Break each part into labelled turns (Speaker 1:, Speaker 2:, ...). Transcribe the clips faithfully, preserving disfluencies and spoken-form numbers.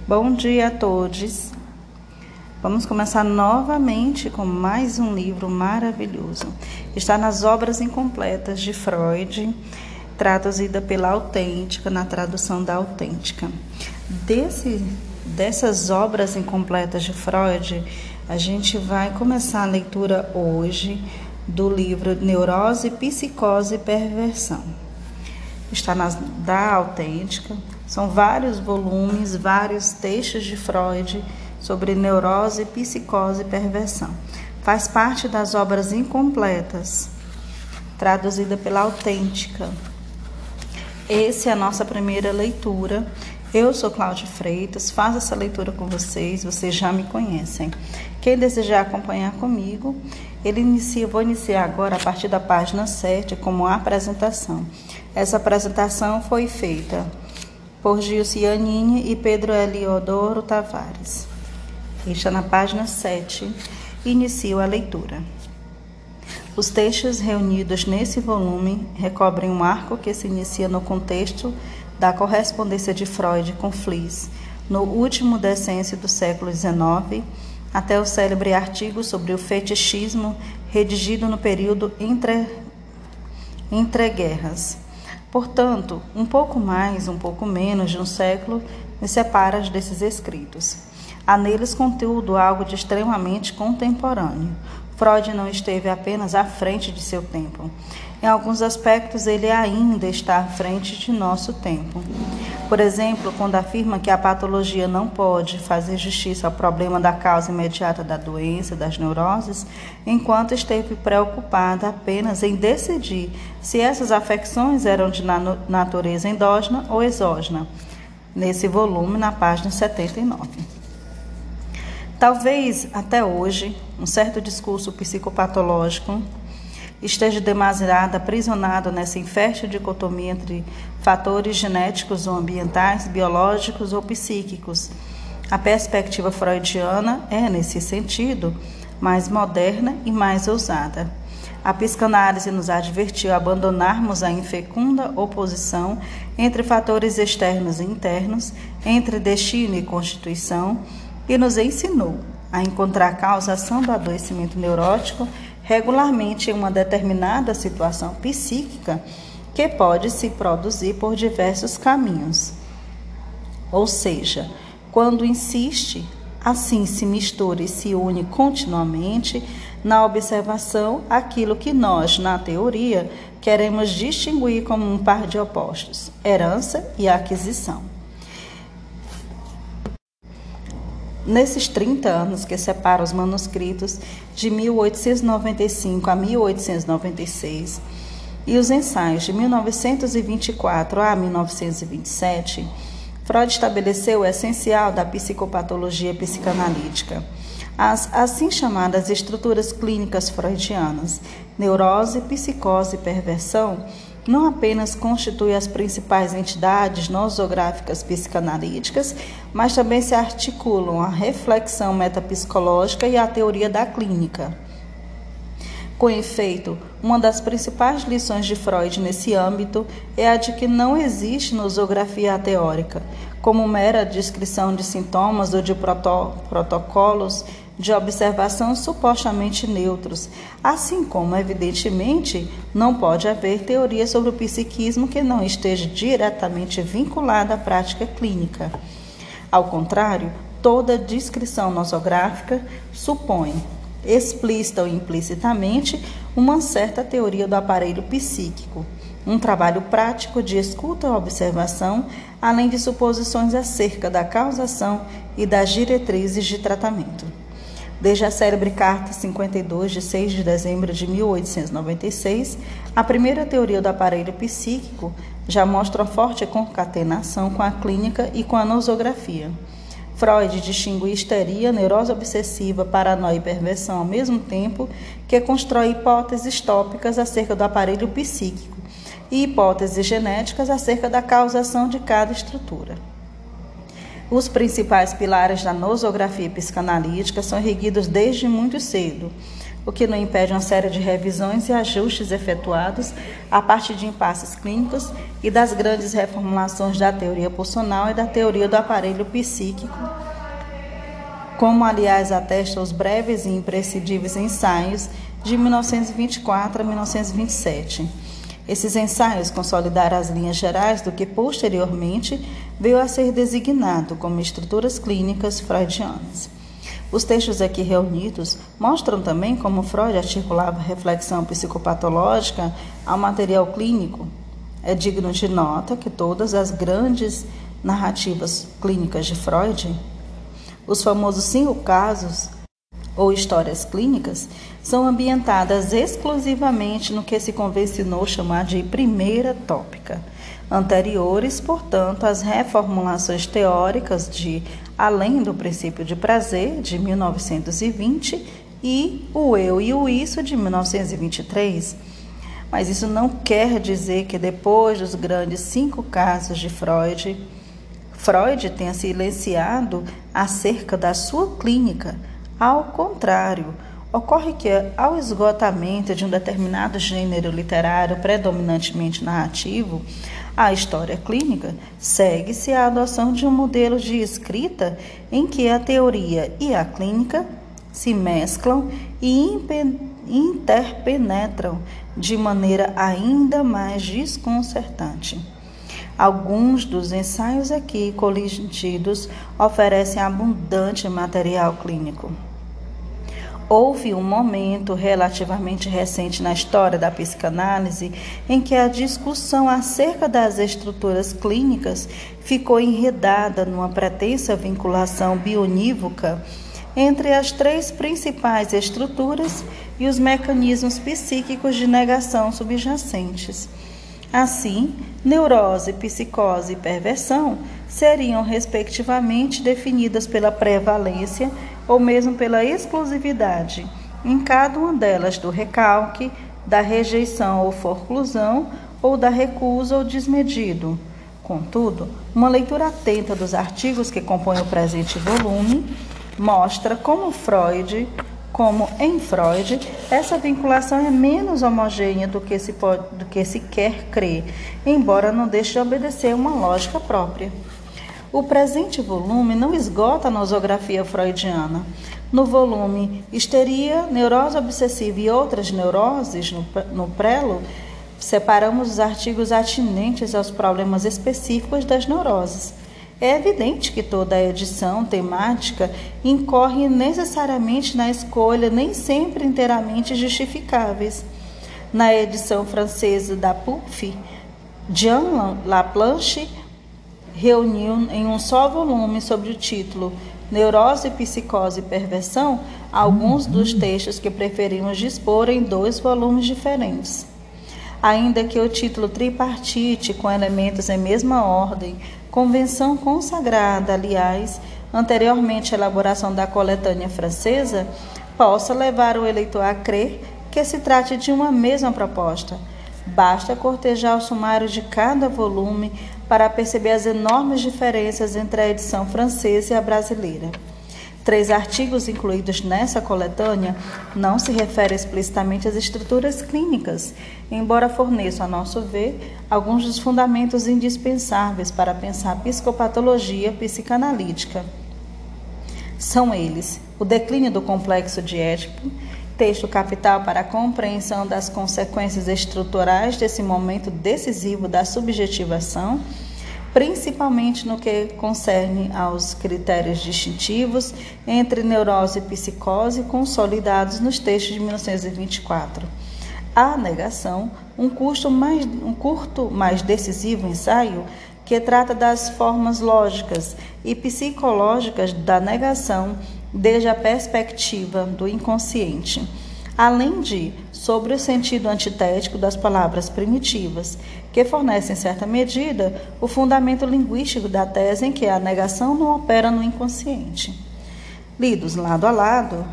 Speaker 1: Bom dia a todos. Vamos começar novamente com mais um livro maravilhoso. Está nas Obras Incompletas de Freud, traduzida pela Autêntica, na tradução da Autêntica. Desse, dessas obras incompletas de Freud, a gente vai começar a leitura hoje do livro Neurose, Psicose e Perversão. Está nas, da Autêntica. São vários volumes, vários textos de Freud sobre neurose, psicose e perversão. Faz parte das obras incompletas, traduzida pela Autêntica. Essa é a nossa primeira leitura. Eu sou Cláudia Freitas, faço essa leitura com vocês, vocês já me conhecem. Quem desejar acompanhar comigo, ele inicia, vou iniciar agora a partir da página sete como apresentação. Essa apresentação foi feita por Gilce Iannini e Pedro Eliodoro Tavares. Está na página sete. Inicio a leitura. Os textos reunidos nesse volume recobrem um arco que se inicia no contexto da correspondência de Freud com Fliess, no último decênio do século dezenove, até o célebre artigo sobre o fetichismo, redigido no período entre, entre guerras. Portanto, um pouco mais, um pouco menos de um século me separa desses escritos. Há neles, contudo, algo de extremamente contemporâneo. Freud não esteve apenas à frente de seu tempo. Em alguns aspectos, ele ainda está à frente de nosso tempo. Por exemplo, quando afirma que a patologia não pode fazer justiça ao problema da causa imediata da doença, das neuroses, enquanto esteve preocupada apenas em decidir se essas afecções eram de natureza endógena ou exógena, nesse volume, na página setenta e nove. Talvez, até hoje, um certo discurso psicopatológico esteja demasiado aprisionado nessa infértil dicotomia entre fatores genéticos ou ambientais, biológicos ou psíquicos. A perspectiva freudiana é, nesse sentido, mais moderna e mais ousada. A psicanálise nos advertiu a abandonarmos a infecunda oposição entre fatores externos e internos, entre destino e constituição, e nos ensinou a encontrar a causação do adoecimento neurótico regularmente em uma determinada situação psíquica que pode se produzir por diversos caminhos. Ou seja, quando insiste, assim se mistura e se une continuamente na observação aquilo que nós, na teoria, queremos distinguir como um par de opostos, herança e aquisição. Nesses trinta anos que separam os manuscritos de mil oitocentos e noventa e cinco a mil oitocentos e noventa e seis e os ensaios de mil novecentos e vinte e quatro a mil novecentos e vinte e sete, Freud estabeleceu o essencial da psicopatologia psicanalítica, as assim chamadas estruturas clínicas freudianas, neurose, psicose e perversão, não apenas constituem as principais entidades nosográficas psicanalíticas, mas também se articulam a reflexão metapsicológica e a teoria da clínica. Com efeito, uma das principais lições de Freud nesse âmbito é a de que não existe nosografia teórica, como mera descrição de sintomas ou de proto- protocolos de observação supostamente neutros, assim como, evidentemente, não pode haver teoria sobre o psiquismo que não esteja diretamente vinculada à prática clínica. Ao contrário, toda descrição nosográfica supõe, explícita ou implicitamente, uma certa teoria do aparelho psíquico, um trabalho prático de escuta e observação, além de suposições acerca da causação e das diretrizes de tratamento. Desde a célebre Carta cinquenta e dois, de seis de dezembro de mil oitocentos e noventa e seis, a primeira teoria do aparelho psíquico já mostra uma forte concatenação com a clínica e com a nosografia. Freud distingue histeria, neurose obsessiva, paranoia e perversão ao mesmo tempo que constrói hipóteses tópicas acerca do aparelho psíquico e hipóteses genéticas acerca da causação de cada estrutura. Os principais pilares da nosografia psicanalítica são erguidos desde muito cedo, o que não impede uma série de revisões e ajustes efetuados a partir de impasses clínicos e das grandes reformulações da teoria pulsional e da teoria do aparelho psíquico, como aliás atestam os breves e imprescindíveis ensaios de mil novecentos e vinte e quatro a mil novecentos e vinte e sete. Esses ensaios consolidaram as linhas gerais do que posteriormente veio a ser designado como estruturas clínicas freudianas. Os textos aqui reunidos mostram também como Freud articulava a reflexão psicopatológica ao material clínico. É digno de nota que todas as grandes narrativas clínicas de Freud, os famosos cinco casos ou histórias clínicas, são ambientadas exclusivamente no que se convencionou chamar de primeira tópica, anteriores, portanto, às reformulações teóricas de Além do Princípio de Prazer, de mil novecentos e vinte, e O Eu e o Isso, de mil novecentos e vinte e três. Mas isso não quer dizer que depois dos grandes cinco casos de Freud, Freud tenha silenciado acerca da sua clínica. Ao contrário, ocorre que, ao esgotamento de um determinado gênero literário predominantemente narrativo, a história clínica, segue-se a adoção de um modelo de escrita em que a teoria e a clínica se mesclam e interpenetram de maneira ainda mais desconcertante. Alguns dos ensaios aqui coligidos oferecem abundante material clínico. Houve um momento relativamente recente na história da psicanálise em que a discussão acerca das estruturas clínicas ficou enredada numa pretensa vinculação bionívoca entre as três principais estruturas e os mecanismos psíquicos de negação subjacentes. Assim, neurose, psicose e perversão seriam respectivamente definidas pela prevalência ou mesmo pela exclusividade, em cada uma delas do recalque, da rejeição ou forclusão, ou da recusa ou desmedido. Contudo, uma leitura atenta dos artigos que compõem o presente volume mostra como Freud, como em Freud, essa vinculação é menos homogênea do que se pode, do que se quer crer, embora não deixe de obedecer a uma lógica própria. O presente volume não esgota a nosografia freudiana. No volume Histeria, Neurose Obsessiva e Outras Neuroses, no, no prelo, separamos os artigos atinentes aos problemas específicos das neuroses. É evidente que toda a edição temática incorre necessariamente na escolha nem sempre inteiramente justificáveis. Na edição francesa da P U F, Jean Laplanche reuniu em um só volume sob o título Neurose, Psicose e Perversão alguns dos textos que preferimos dispor em dois volumes diferentes. Ainda que o título tripartite, com elementos em mesma ordem, convenção consagrada, aliás, anteriormente à elaboração da coletânea francesa, possa levar o eleitor a crer que se trate de uma mesma proposta. Basta cortejar o sumário de cada volume para perceber as enormes diferenças entre a edição francesa e a brasileira. Três artigos incluídos nessa coletânea não se referem explicitamente às estruturas clínicas, embora forneçam, a nosso ver, alguns dos fundamentos indispensáveis para pensar a psicopatologia psicanalítica. São eles: o declínio do complexo de Édipo, texto capital para a compreensão das consequências estruturais desse momento decisivo da subjetivação, principalmente no que concerne aos critérios distintivos entre neurose e psicose consolidados nos textos de mil novecentos e vinte e quatro. A negação, um, curto mais, um curto, mais decisivo ensaio que trata das formas lógicas e psicológicas da negação desde a perspectiva do inconsciente, além de sobre o sentido antitético das palavras primitivas, que fornecem, em certa medida, o fundamento linguístico da tese em que a negação não opera no inconsciente. Lidos lado a lado,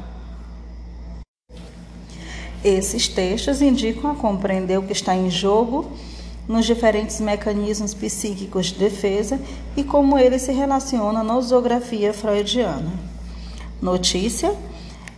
Speaker 1: esses textos indicam a compreender o que está em jogo nos diferentes mecanismos psíquicos de defesa e como ele se relaciona na nosografia freudiana. Notícia: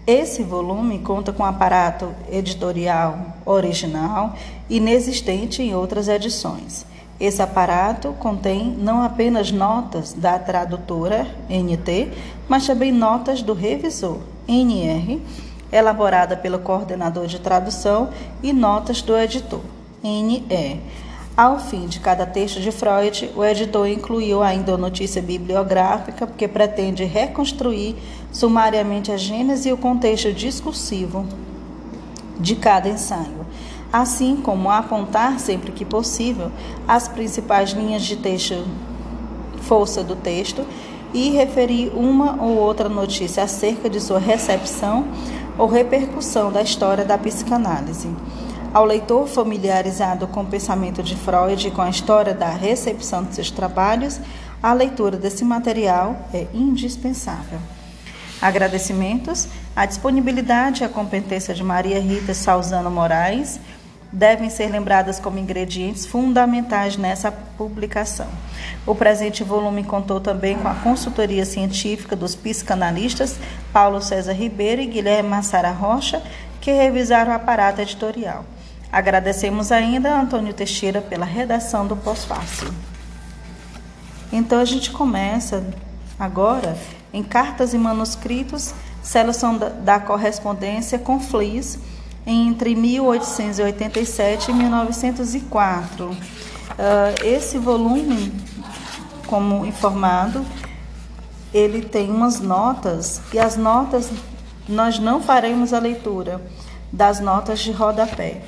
Speaker 1: Esse volume conta com aparato editorial original, inexistente em outras edições. Esse aparato contém não apenas notas da tradutora, N T, mas também notas do revisor, N R, elaborada pelo coordenador de tradução, e notas do editor, N E. Ao fim de cada texto de Freud, o editor incluiu ainda a notícia bibliográfica, porque pretende reconstruir sumariamente a gênese e o contexto discursivo de cada ensaio, assim como apontar, sempre que possível, as principais linhas de texto, força do texto, e referir uma ou outra notícia acerca de sua recepção ou repercussão da história da psicanálise. Ao leitor familiarizado com o pensamento de Freud e com a história da recepção de seus trabalhos, a leitura desse material é indispensável. Agradecimentos. A disponibilidade e a competência de Maria Rita Salzano Moraes devem ser lembradas como ingredientes fundamentais nessa publicação. O presente volume contou também com a consultoria científica dos psicanalistas Paulo César Ribeiro e Guilherme Massara Rocha, que revisaram o aparato editorial. Agradecemos ainda a Antônio Teixeira pela redação do pós-fácil. Então a gente começa agora em Cartas e Manuscritos, seleção da, da correspondência com Fliess entre mil oitocentos e oitenta e sete e mil novecentos e quatro. Uh, esse volume, como informado, ele tem umas notas, e as notas, nós não faremos a leitura das notas de rodapé,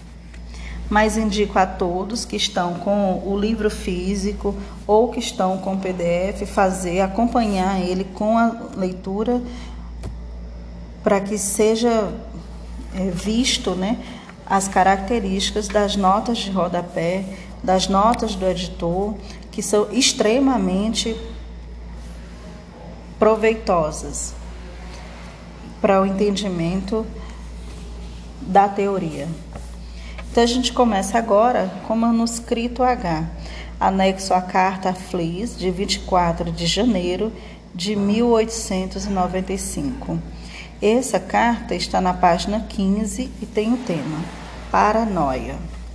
Speaker 1: mas indico a todos que estão com o livro físico ou que estão com o P D F, fazer, acompanhar ele com a leitura, para que seja é, visto, né, as características das notas de rodapé, das notas do editor, que são extremamente proveitosas para o entendimento da teoria. Então, a gente começa agora com o manuscrito H, anexo à carta a Fliess, de vinte e quatro de janeiro de mil oitocentos e noventa e cinco. Essa carta está na página quinze e tem o tema Paranoia.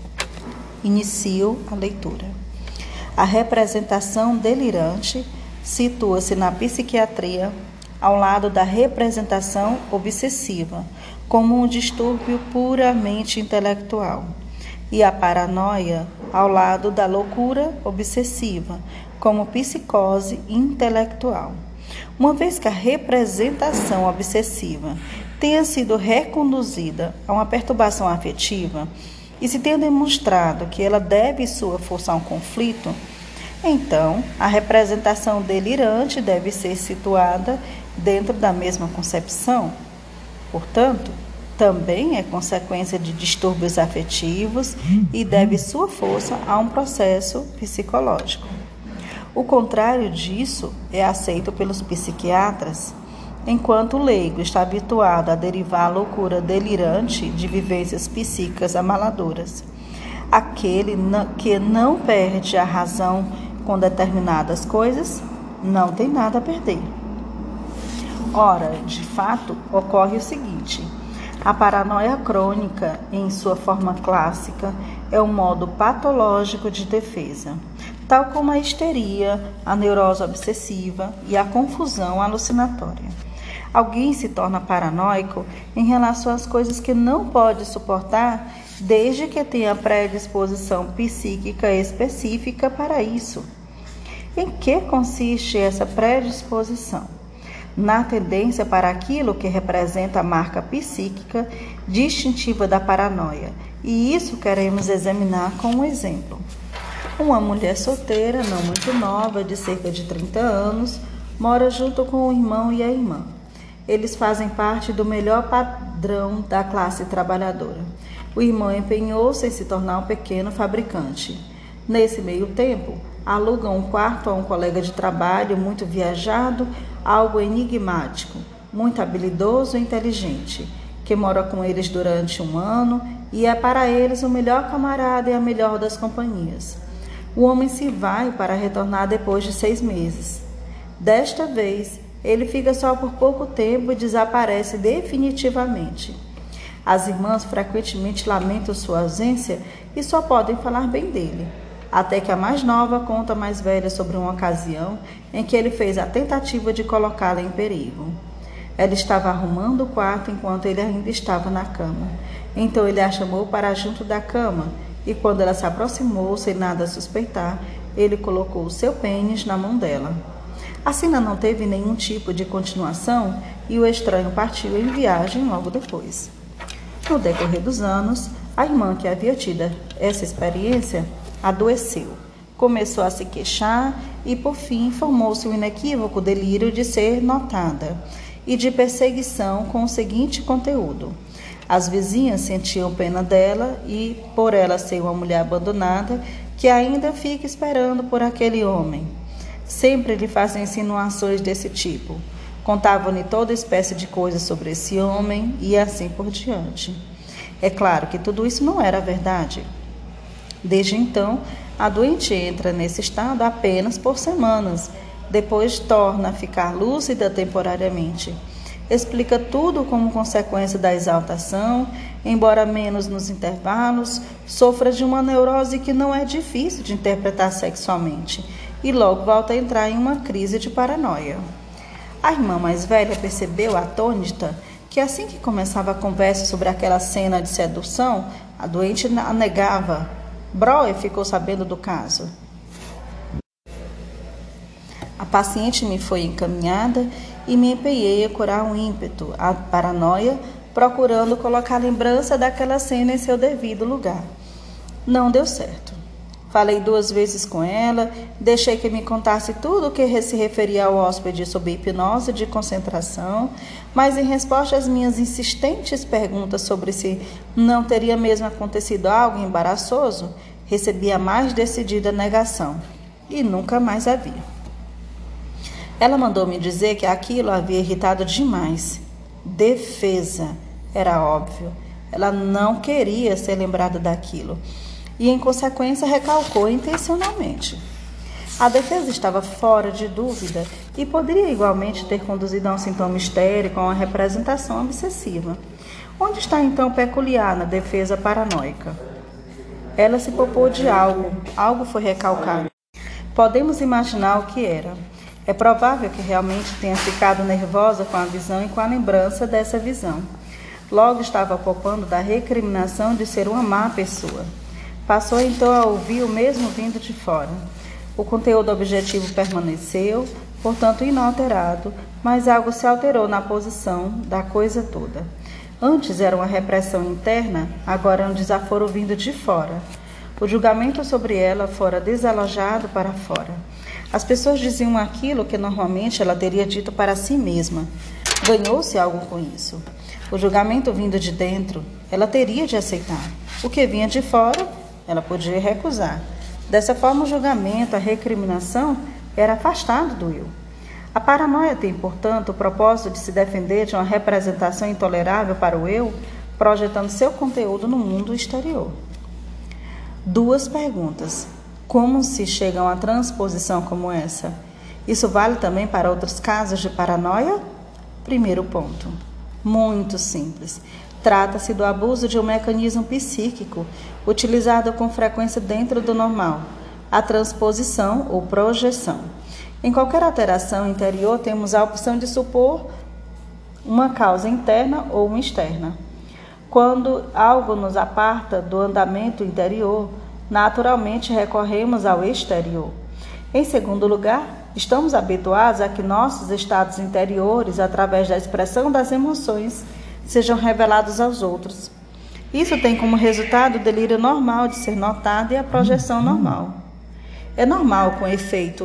Speaker 1: Inicio a leitura. A representação delirante situa-se na psiquiatria ao lado da representação obsessiva, como um distúrbio puramente intelectual, e a paranoia ao lado da loucura obsessiva, como psicose intelectual. Uma vez que a representação obsessiva tenha sido reconduzida a uma perturbação afetiva e se tenha demonstrado que ela deve sua força a um conflito, então a representação delirante deve ser situada dentro da mesma concepção. Portanto, também é consequência de distúrbios afetivos e deve sua força a um processo psicológico. O contrário disso é aceito pelos psiquiatras, enquanto o leigo está habituado a derivar a loucura delirante de vivências psíquicas amaladoras. Aquele que não perde a razão com determinadas coisas não tem nada a perder. Ora, de fato, ocorre o seguinte: a paranoia crônica, em sua forma clássica, é um modo patológico de defesa, tal como a histeria, a neurose obsessiva e a confusão alucinatória. Alguém se torna paranoico em relação às coisas que não pode suportar, desde que tenha predisposição psíquica específica para isso. Em que consiste essa predisposição? Na tendência para aquilo que representa a marca psíquica distintiva da paranoia. E isso queremos examinar com um exemplo. Uma mulher solteira, não muito nova, de cerca de trinta anos, mora junto com o irmão e a irmã. Eles fazem parte do melhor padrão da classe trabalhadora. O irmão empenhou-se em se tornar um pequeno fabricante. Nesse meio tempo, alugam um quarto a um colega de trabalho muito viajado, algo enigmático, muito habilidoso e inteligente, que mora com eles durante um ano e é para eles o melhor camarada e a melhor das companhias. O homem se vai para retornar depois de seis meses. Desta vez, ele fica só por pouco tempo e desaparece definitivamente. As irmãs frequentemente lamentam sua ausência e só podem falar bem dele, até que a mais nova conta a mais velha sobre uma ocasião em que ele fez a tentativa de colocá-la em perigo. Ela estava arrumando o quarto enquanto ele ainda estava na cama. Então ele a chamou para junto da cama e, quando ela se aproximou, sem nada suspeitar, ele colocou o seu pênis na mão dela. A cena não teve nenhum tipo de continuação e o estranho partiu em viagem logo depois. No decorrer dos anos, a irmã que havia tido essa experiência adoeceu, começou a se queixar e, por fim, formou-se um inequívoco delírio de ser notada e de perseguição com o seguinte conteúdo: as vizinhas sentiam pena dela e, por ela ser uma mulher abandonada, que ainda fica esperando por aquele homem. Sempre lhe faziam insinuações desse tipo. Contavam-lhe toda espécie de coisas sobre esse homem e assim por diante. É claro que tudo isso não era verdade. Desde então, a doente entra nesse estado apenas por semanas, depois torna a ficar lúcida temporariamente. Explica tudo como consequência da exaltação, embora menos nos intervalos, sofra de uma neurose que não é difícil de interpretar sexualmente, e logo volta a entrar em uma crise de paranoia. A irmã mais velha percebeu, atônita, que assim que começava a conversa sobre aquela cena de sedução, a doente a negava. Breuer ficou sabendo do caso. A paciente me foi encaminhada e me empenhei a curar um ímpeto, a paranoia, procurando colocar a lembrança daquela cena em seu devido lugar. Não deu certo. Falei duas vezes com ela, deixei que me contasse tudo o que se referia ao hóspede sob hipnose de concentração, mas em resposta às minhas insistentes perguntas sobre se não teria mesmo acontecido algo embaraçoso, recebi a mais decidida negação, e nunca mais a vi. Ela mandou me dizer que aquilo a havia irritado demais. Defesa, era óbvio. Ela não queria ser lembrada daquilo. E, em consequência, recalcou intencionalmente. A defesa estava fora de dúvida e poderia igualmente ter conduzido a um sintoma histérico, a uma representação obsessiva. Onde está, então, o peculiar na defesa paranoica? Ela se poupou de algo, algo foi recalcado. Podemos imaginar o que era. É provável que realmente tenha ficado nervosa com a visão e com a lembrança dessa visão. Logo estava poupando da recriminação de ser uma má pessoa. Passou então a ouvir o mesmo vindo de fora. O conteúdo objetivo permaneceu, portanto inalterado, mas algo se alterou na posição da coisa toda. Antes era uma repressão interna, agora é um desaforo vindo de fora. O julgamento sobre ela fora desalojado para fora. As pessoas diziam aquilo que normalmente ela teria dito para si mesma. Ganhou-se algo com isso. O julgamento vindo de dentro, ela teria de aceitar. O que vinha de fora, ela podia recusar. Dessa forma, o julgamento, a recriminação, era afastado do eu. A paranoia tem, portanto, o propósito de se defender de uma representação intolerável para o eu, projetando seu conteúdo no mundo exterior. Duas perguntas. Como se chega a uma transposição como essa? Isso vale também para outros casos de paranoia? Primeiro ponto. Muito simples. Trata-se do abuso de um mecanismo psíquico utilizado com frequência dentro do normal, a transposição ou projeção. Em qualquer alteração interior, temos a opção de supor uma causa interna ou uma externa. Quando algo nos aparta do andamento interior, naturalmente recorremos ao exterior. Em segundo lugar, estamos habituados a que nossos estados interiores, através da expressão das emoções, sejam revelados aos outros. Isso tem como resultado o delírio normal de ser notado e a projeção normal. É normal, com efeito,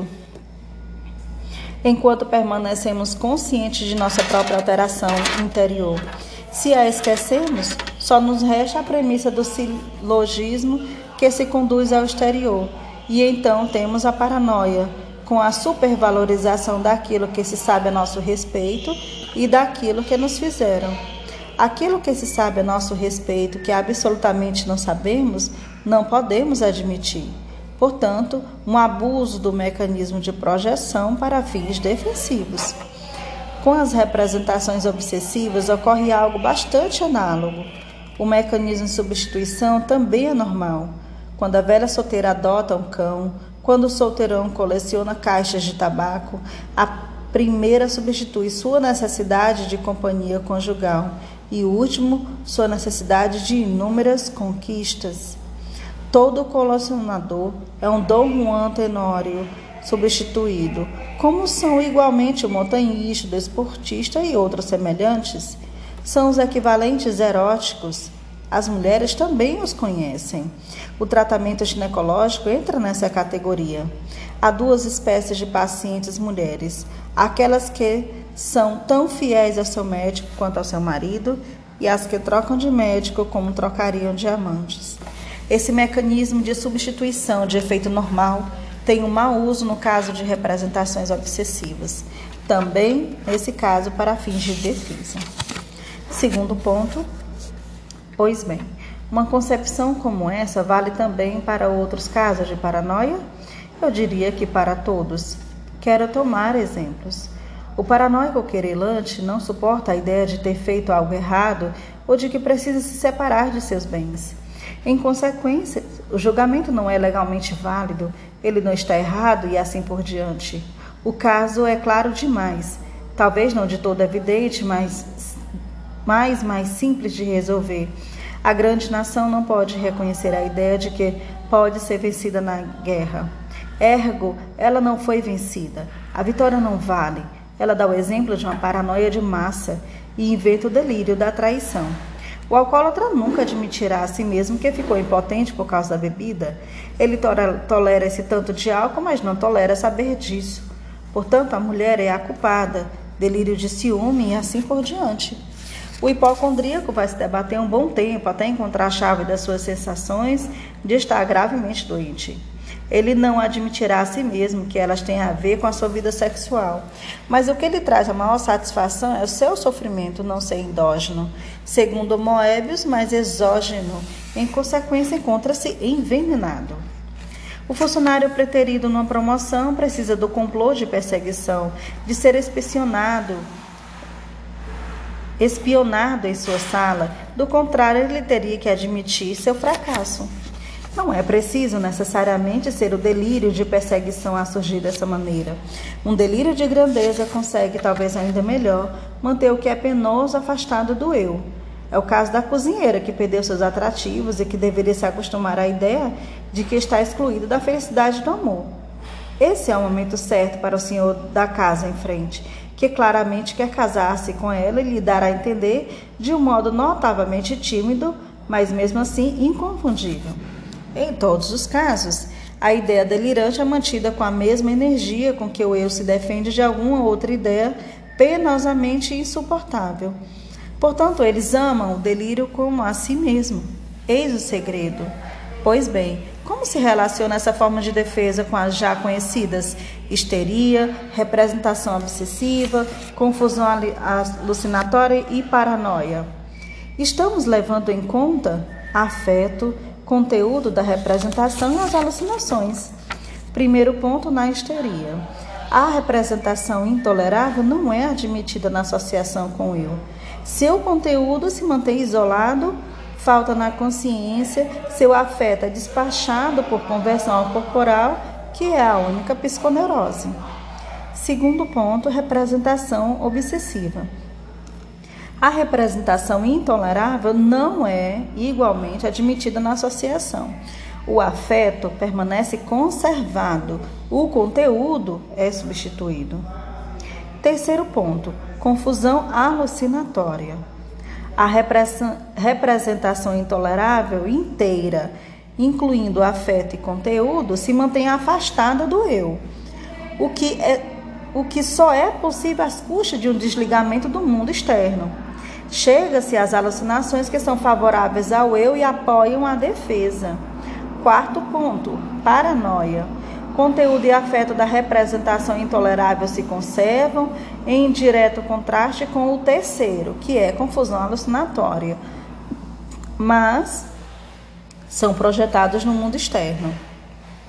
Speaker 1: enquanto permanecemos conscientes de nossa própria alteração interior. Se a esquecemos, só nos resta a premissa do silogismo que se conduz ao exterior, e então temos a paranoia, com a supervalorização daquilo que se sabe a nosso respeito e daquilo que nos fizeram. Aquilo que se sabe a nosso respeito, que absolutamente não sabemos, não podemos admitir. Portanto, um abuso do mecanismo de projeção para fins defensivos. Com as representações obsessivas ocorre algo bastante análogo. O mecanismo de substituição também é normal. Quando a velha solteira adota um cão, quando o solteirão coleciona caixas de tabaco, a primeira substitui sua necessidade de companhia conjugal e o último, sua necessidade de inúmeras conquistas. Todo colecionador é um Dom Juan Tenório substituído, como são igualmente o montanhista, o esportista e outros semelhantes. São os equivalentes eróticos. As mulheres também os conhecem. O tratamento ginecológico entra nessa categoria. Há duas espécies de pacientes mulheres: aquelas que são tão fiéis ao seu médico quanto ao seu marido e as que trocam de médico como trocariam de amantes. Esse mecanismo de substituição de efeito normal tem um mau uso no caso de representações obsessivas, também nesse caso para fins de defesa. Segundo ponto, pois bem, uma concepção como essa vale também para outros casos de paranoia? Eu diria que para todos. Quero tomar exemplos. O paranoico querelante não suporta a ideia de ter feito algo errado ou de que precisa se separar de seus bens. Em consequência, o julgamento não é legalmente válido, ele não está errado e assim por diante. O caso é claro demais, talvez não de todo evidente, mas mais, mais simples de resolver. A grande nação não pode reconhecer a ideia de que pode ser vencida na guerra. Ergo, ela não foi vencida. A vitória não vale. Ela dá o exemplo de uma paranoia de massa e inventa o delírio da traição. O alcoólatra nunca admitirá a si mesmo que ficou impotente por causa da bebida. Ele tolera esse tanto de álcool, mas não tolera saber disso. Portanto, a mulher é a culpada, delírio de ciúme e assim por diante. O hipocondríaco vai se debater um bom tempo até encontrar a chave das suas sensações de estar gravemente doente. Ele não admitirá a si mesmo que elas têm a ver com a sua vida sexual. Mas o que lhe traz a maior satisfação é o seu sofrimento não ser endógeno. Segundo Moebius, mas exógeno. Em consequência, encontra-se envenenado. O funcionário preterido numa promoção precisa do complô de perseguição, de ser inspecionado, espionado em sua sala. Do contrário, ele teria que admitir seu fracasso. Não é preciso necessariamente ser o delírio de perseguição a surgir dessa maneira. Um delírio de grandeza consegue, talvez ainda melhor, manter o que é penoso afastado do eu. É o caso da cozinheira que perdeu seus atrativos e que deveria se acostumar à ideia de que está excluída da felicidade do amor. Esse é o momento certo para o senhor da casa em frente, que claramente quer casar-se com ela e lhe dar a entender de um modo notavelmente tímido, mas mesmo assim inconfundível. Em todos os casos, a ideia delirante é mantida com a mesma energia com que o eu se defende de alguma outra ideia penosamente insuportável. Portanto, eles amam o delírio como a si mesmo. Eis o segredo. Pois bem, como se relaciona essa forma de defesa com as já conhecidas histeria, representação obsessiva, confusão alucinatória e paranoia? Estamos levando em conta afeto, conteúdo da representação e as alucinações. Primeiro ponto na histeria. A representação intolerável não é admitida na associação com o eu. Seu conteúdo se mantém isolado, falta na consciência, seu afeto é despachado por conversão ao corporal, que é a única psiconeurose. Segundo ponto, representação obsessiva. A representação intolerável não é igualmente admitida na associação. O afeto permanece conservado, o conteúdo é substituído. Terceiro ponto, confusão alucinatória. A representação intolerável inteira, incluindo afeto e conteúdo, se mantém afastada do eu, o que, é, o que só é possível às custas de um desligamento do mundo externo. Chega-se às alucinações que são favoráveis ao eu e apoiam a defesa. Quarto ponto, paranoia. Conteúdo e afeto da representação intolerável se conservam em direto contraste com o terceiro, que é confusão alucinatória, mas são projetados no mundo externo.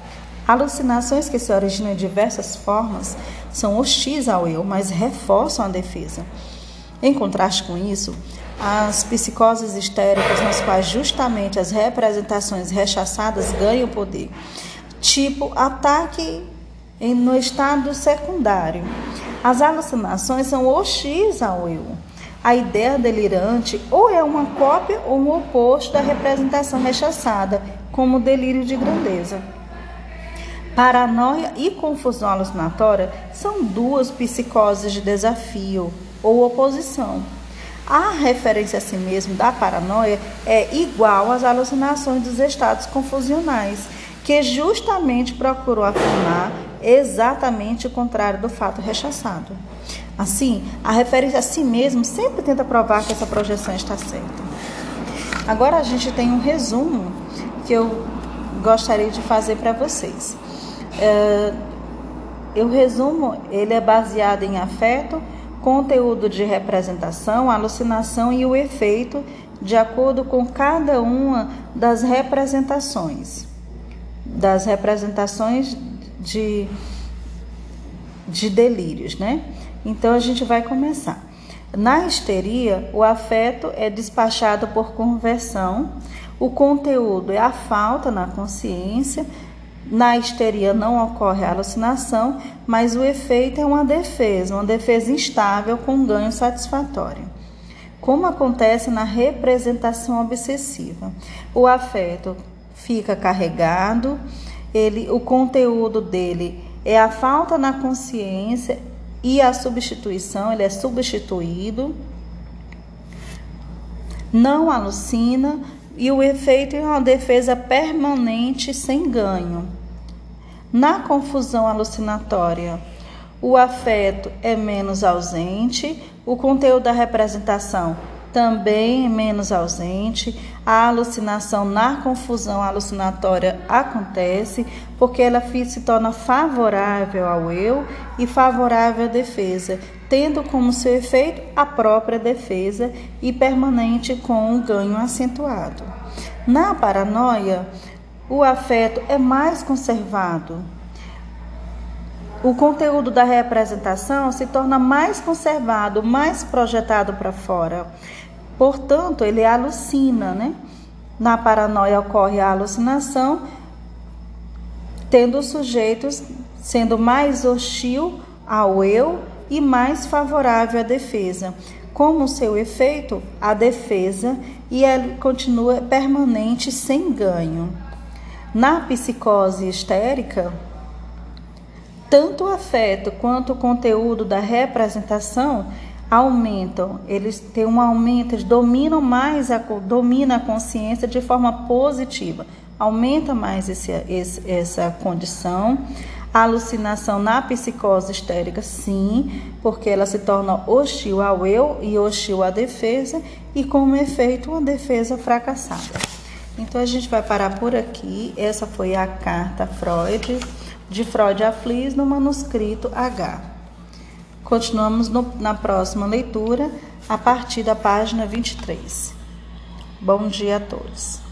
Speaker 1: Alucinações que se originam de diversas formas são hostis ao eu, mas reforçam a defesa. Em contraste com isso, as psicoses histéricas, nas quais justamente as representações rechaçadas ganham poder, tipo ataque no estado secundário. As alucinações são hostis ao eu. A ideia delirante ou é uma cópia ou um oposto da representação rechaçada, como o delírio de grandeza. Paranoia e confusão alucinatória são duas psicoses de desafio ou oposição. A referência a si mesmo da paranoia é igual às alucinações dos estados confusionais, que justamente procurou afirmar exatamente o contrário do fato rechaçado. Assim, a referência a si mesmo sempre tenta provar que essa projeção está certa. Agora a gente tem um resumo que eu gostaria de fazer para vocês. É, o resumo ele é baseado em afeto, conteúdo de representação, alucinação e o efeito, de acordo com cada uma das representações, das representações de, de delírios, né? Então a gente vai começar. Na histeria, o afeto é despachado por conversão, o conteúdo é a falta na consciência. Na histeria não ocorre a alucinação, mas o efeito é uma defesa, uma defesa instável com ganho satisfatório. Como acontece na representação obsessiva, o afeto fica carregado, ele, o conteúdo dele é a falta na consciência e a substituição, ele é substituído, não alucina e o efeito é uma defesa permanente sem ganho. Na confusão alucinatória, o afeto é menos ausente, o conteúdo da representação também é menos ausente, a alucinação na confusão alucinatória acontece porque ela se torna favorável ao eu e favorável à defesa, tendo como seu efeito a própria defesa e permanente com um ganho acentuado. Na paranoia, o afeto é mais conservado. O conteúdo da representação se torna mais conservado, mais projetado para fora. Portanto, ele alucina, né? Na paranoia ocorre a alucinação, tendo os sujeitos sendo mais hostil ao eu e mais favorável à defesa. Como seu efeito, a defesa, e ela continua permanente sem ganho. Na psicose histérica, tanto o afeto quanto o conteúdo da representação aumentam, eles têm um aumento, eles dominam mais, a, domina a consciência de forma positiva, aumenta mais esse, esse, essa condição. A alucinação na psicose histérica, sim, porque ela se torna hostil ao eu e hostil à defesa, e como efeito, uma defesa fracassada. Então a gente vai parar por aqui. Essa foi a carta Freud, de Freud a Fliess, no manuscrito H. Continuamos no, na próxima leitura, a partir da página vinte e três. Bom dia a todos.